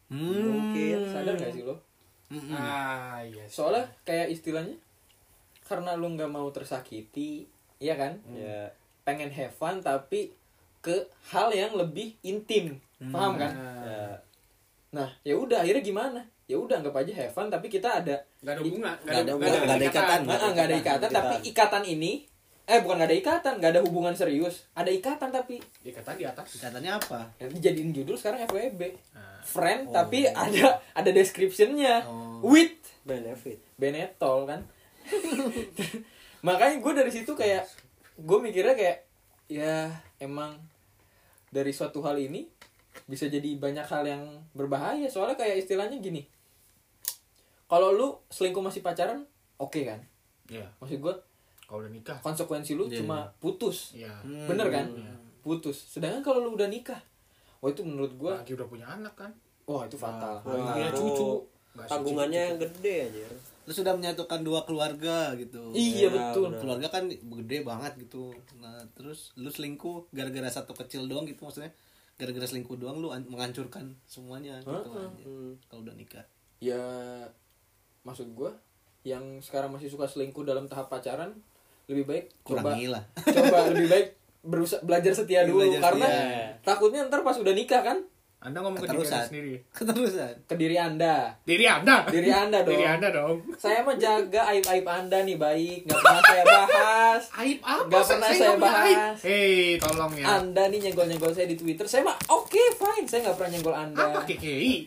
Mungkin. Sadar gak sih lo? Ah, iya. Soalnya kayak istilahnya karena lu nggak mau tersakiti, iya kan? Ya. Pengen have fun tapi ke hal yang lebih intim, paham kan? Ya. Nah, ya udah akhirnya gimana? Ya udah anggap aja have fun tapi kita ada Gak ada hubungan, Nggak ada ikatan. nggak ada ikatan tapi ikatan ini bukan nggak ada ikatan, nggak ada hubungan serius, ada ikatan tapi Ikatan di atas. Ikatannya apa? dijadiin judul sekarang FWB, Nah. friend tapi ada description-nya with Benefit. Benetol kan. Makanya gue dari situ kayak gue mikirnya kayak ya emang dari suatu hal ini bisa jadi banyak hal yang berbahaya. Soalnya kayak istilahnya gini, kalau lu selingkuh masih pacaran oke kan, Iya. maksud gue Kalau udah nikah. konsekuensi lu cuma putus, Iya. bener kan, putus. Sedangkan kalau lu udah nikah, wah itu menurut gue Lagi udah punya anak kan. wah itu fatal. Wah, Punya itu cucu. Nggak tanggungannya yang gede aja. Lu sudah menyatukan dua keluarga gitu. Iya Ya, betul. benar. Keluarga kan gede banget gitu. Nah, terus lu selingkuh gara-gara satu kecil doang gitu, maksudnya gara-gara selingkuh doang lu menghancurkan semuanya gitu aja. Kalau udah nikah. Ya maksud gue yang sekarang masih suka selingkuh dalam tahap pacaran lebih baik Kurangi lah. coba lebih baik belajar setia dulu Belajar karena setia. takutnya ntar pas udah nikah kan Anda ngomong ke diri Keterusan. Anda sendiri. Keterusan. ke diri anda Diri Anda. diri anda dong. Diri Anda dong. Saya mah jaga aib-aib anda nih baik, nggak pernah saya bahas. Aib apa? Nggak pernah saya nggak punya aib. bahas. Hei, tolong ya. Anda nih nyenggol-nyenggol saya di Twitter, saya mah oke fine, saya nggak pernah nyenggol anda. Apa KKI?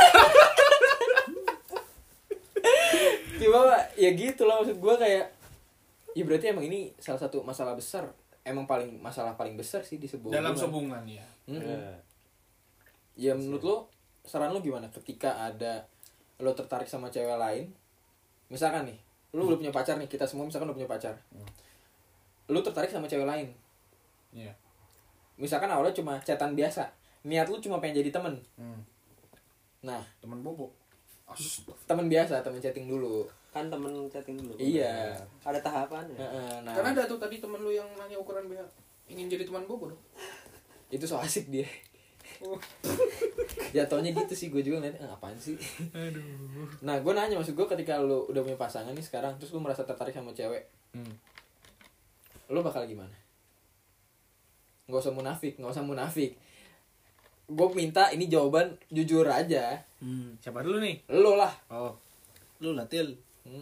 Cuma ya gitu lah maksud gue kayak ya berarti emang ini salah satu masalah besar, emang masalah paling besar sih di sebuah Dalam hubungan. hubungan ya. Mm-mm. Ya menurut lo saran lo gimana ketika ada lo tertarik sama cewek lain, misalkan nih lo udah punya pacar nih, kita semua misalkan udah punya pacar, lo tertarik sama cewek lain, Iya. misalkan awalnya cuma chatan biasa, niat lo cuma pengen jadi temen, nah Teman bobo. temen biasa, temen chatting dulu, Kan temen chatting dulu. iya. Ada tahapannya. Nah Karena ada tuh tadi teman lu yang nanya ukuran BH. Ingin jadi teman bobo dong. itu so asik dia. Jatuhnya gitu sih, gue juga ngeliatnya apaan sih. Aduh. Nah gue nanya, maksud gue ketika lu udah punya pasangan nih sekarang, terus lu merasa tertarik sama cewek, lu bakal gimana? Nggak usah munafik. Gue minta ini jawaban jujur aja. Siapa dulu nih? Lu lah. Oh, Lu latil.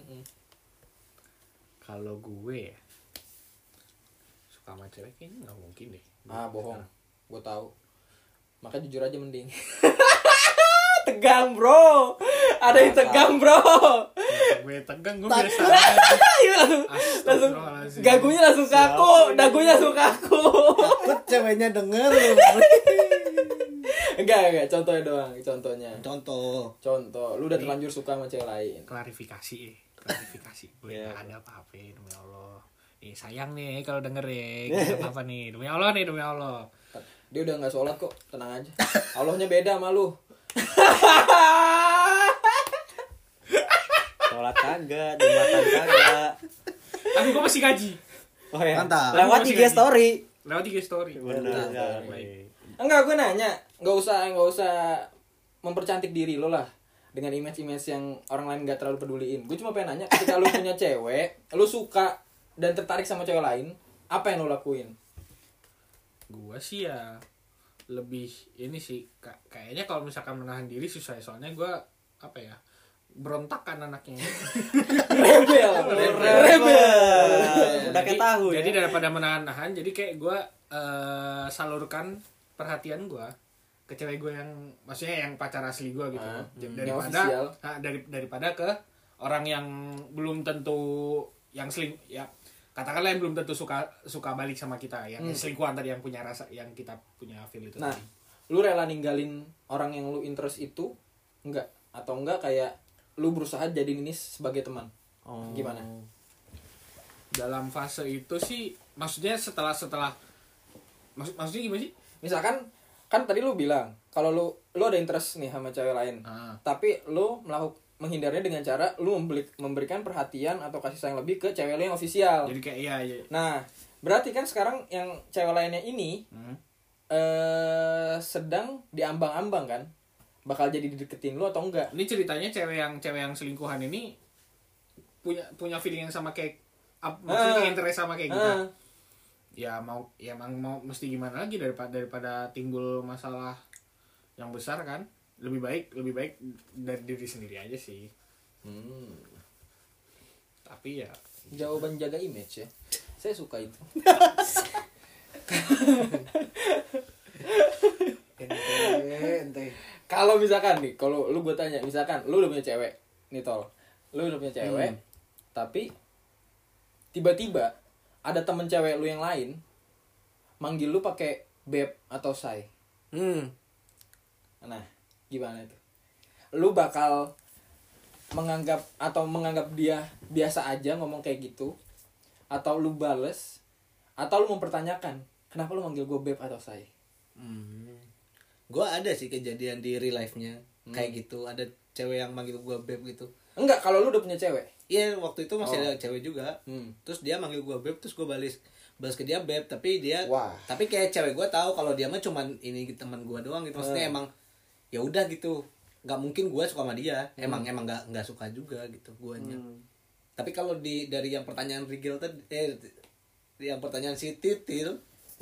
kalau gue ya, suka sama cewek kayaknya nggak mungkin deh. Bohong. Gue tahu. Maka jujur aja mending. Tegang bro. Ada yang tegang bro. Gue tegang, gue biasa aja. langsung Astagfirullahaladzim. gagunya langsung kaku, dagunya langsung kaku. Takut ceweknya denger lu. enggak, contohnya doang, contohnya. Contoh. Lu udah terlanjur suka sama cewek lain. Klarifikasi. Gue Iya. nggak ada apa-apa demi Allah. Nih sayang nih kalau denger ya, nggak apa-apa nih demi Allah nih, demi Allah. Dia udah nggak sholat kok, tenang aja. Allahnya beda sama lu. Sholat kagak, jumatan kagak. Tapi gue masih gaji. Oh ya. Mantap. Lewat Masih IG gaji. story. Lewat IG story. Benar. Baik. Enggak, gue nanya, nggak usah mempercantik diri lo lah dengan image-image yang orang lain nggak terlalu peduliin. Gue cuma pengen nanya, ketika lu punya cewek, lu suka dan tertarik sama cewek lain, apa yang lo lakuin? Gue sih ya lebih ini sih kayaknya kalau misalkan menahan diri susah ya, soalnya gue apa ya, berontak kan anaknya. Rebel. Udah kayak tahu ya. Jadi daripada menahan-nahan, jadi kayak gue salurkan perhatian gue ke cewek gue yang maksudnya yang pacar asli gue gitu. yang official. Daripada ke orang yang belum tentu yang ya katakanlah yang belum tentu suka balik sama kita, yang selingkuhan tadi, yang punya rasa, yang kita punya feel itu. Nah, tadi. lu rela ninggalin orang yang lu interest itu enggak, atau enggak kayak lu berusaha jadiin ini sebagai teman? Gimana? Dalam fase itu sih maksudnya setelah maksudnya gimana sih? Misalkan kan tadi lu bilang kalau lu ada interest nih sama cewek lain, tapi lu menghindarnya dengan cara lu memberikan perhatian atau kasih sayang lebih ke cewek lu yang ofisial. Jadi kayak iya. Nah, berarti kan sekarang yang cewek lainnya ini sedang diambang-ambang kan? bakal jadi dideketin lu atau enggak. Ini ceritanya cewek yang selingkuhan ini punya feeling yang sama kayak maksudnya interest sama kayak kita. Ya emang mesti gimana lagi daripada timbul masalah yang besar kan. Lebih baik dari diri sendiri aja sih. Tapi ya Jawaban jaga image ya. Saya suka itu. ente. Kalau misalkan nih, kalau lu gue tanya, misalkan lu udah punya cewek, nih tol, lu udah punya cewek, tapi tiba-tiba ada temen cewek lu yang lain manggil lu pakai beb atau say. Nah, gimana itu? Lu bakal menganggap dia biasa aja ngomong kayak gitu, atau lu bales, atau lu mempertanyakan kenapa lu manggil gue beb atau say? Gue ada sih kejadian di real life-nya kayak gitu, ada cewek yang manggil gue beb gitu. Enggak, kalau lu udah punya cewek. Iya, waktu itu masih ada cewek juga. Terus dia manggil gue beb, terus gue balas ke dia beb, tapi dia tapi kayak cewek gue tahu kalau dia mah cuman ini teman gue doang gitu. Maksudnya emang ya udah gitu. Nggak mungkin gue suka sama dia. Emang nggak suka juga gitu guanya. Tapi kalau dari yang pertanyaan Rigel tadi yang pertanyaan si Titil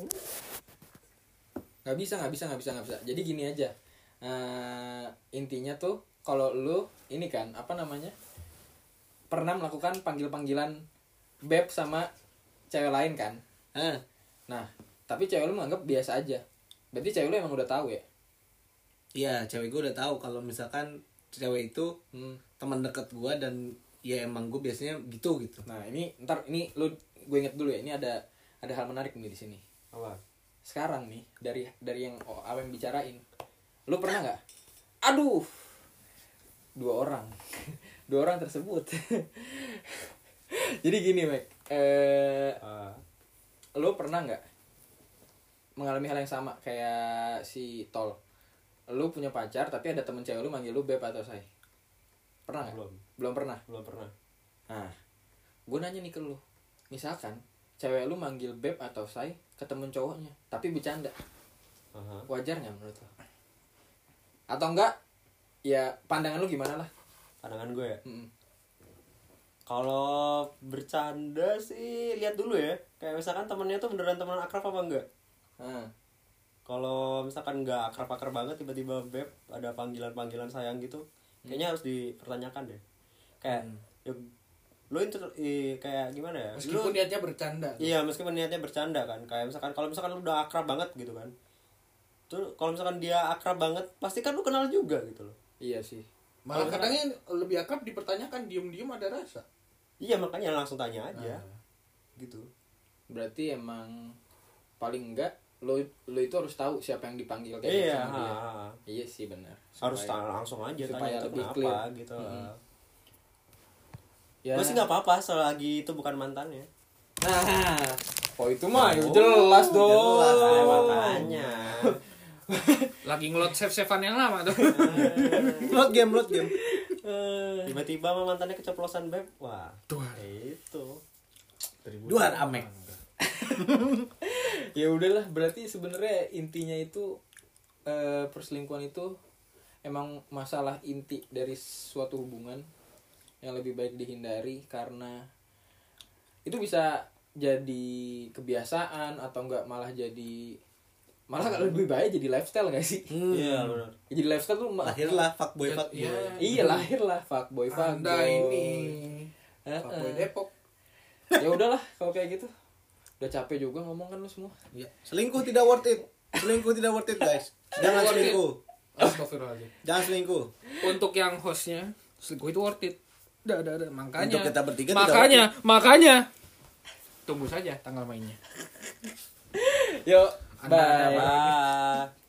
nggak bisa. Jadi gini aja, intinya tuh kalau lu ini kan apa namanya pernah melakukan panggilan beb sama cewek lain kan. Nah tapi cewek lu menganggap biasa aja, berarti cewek lu emang udah tahu ya? Iya, cewek gue udah tahu kalau misalkan cewek itu teman dekat gue dan ya emang gue biasanya gitu. Nah ini lu gue inget dulu ya, ini ada hal menarik nih di sini. Apa? Sekarang nih dari yang Awem bicarain, lu pernah nggak? Aduh, dua orang tersebut. Jadi gini Mek, lu pernah nggak mengalami hal yang sama kayak si Tol? Lu punya pacar tapi ada temen cewek lu manggil lu beb atau say? Pernah nggak? Belum pernah. Nah, gue nanya nih ke lu, misalkan cewek lu manggil beb atau say ke temen cowoknya tapi bercanda, wajar nggak menurut lo? Atau enggak ya pandangan lu gimana lah? Pandangan gue ya, kalau bercanda sih lihat dulu ya, kayak misalkan temennya tuh beneran teman akrab apa enggak. Kalau misalkan nggak akrab banget, tiba-tiba beb ada panggilan sayang gitu, kayaknya harus dipertanyakan deh. Kayak ya, lu kayak gimana ya? Meskipun niatnya bercanda. Iya, meskipun niatnya bercanda kan. Kayak misalkan kalau misalkan lu udah akrab banget gitu kan. Tuh kalau misalkan dia akrab banget, pasti kan lu kenal juga gitu loh. Iya sih. Malah kadangnya lebih akrab dipertanyakan, diem ada rasa. Iya, makanya langsung tanya aja. Gitu. Berarti emang paling enggak lo itu harus tahu siapa yang dipanggil kayak iya, sama dia. Iya sih benar. Harus langsung aja supaya tanya lebih kenapa clear gitu. Ya. Gue sih nggak apa-apa selagi itu bukan mantannya. Nah, itu mah jelas dong. Jelas, makanya. lagi ngelot save-savean yang lama tuh. load game Tiba-tiba sama mantannya keceplosan beb. Wah, itu. Duar amek. Ya udahlah, berarti sebenarnya intinya itu perselingkuhan itu emang masalah inti dari suatu hubungan yang lebih baik dihindari, karena itu bisa jadi kebiasaan atau enggak malah kalau lebih baik jadi lifestyle gak sih? Iya benar. Jadi lifestyle tuh lahirlah fuckboy. Iya, lahirlah fuckboy. Anda ini fuckboy Depok. Ya udahlah kalau kayak gitu. Udah capek juga ngomong kan lu semua. Ya. Selingkuh tidak worth it guys. Jangan selingkuh. Astagfirullahaladzim. Jangan selingkuh. Untuk yang hostnya selingkuh itu worth it. Udah. Makanya. Untuk kita bertiga makanya. Tunggu saja tanggal mainnya. Yuk, Anda bye. Bye.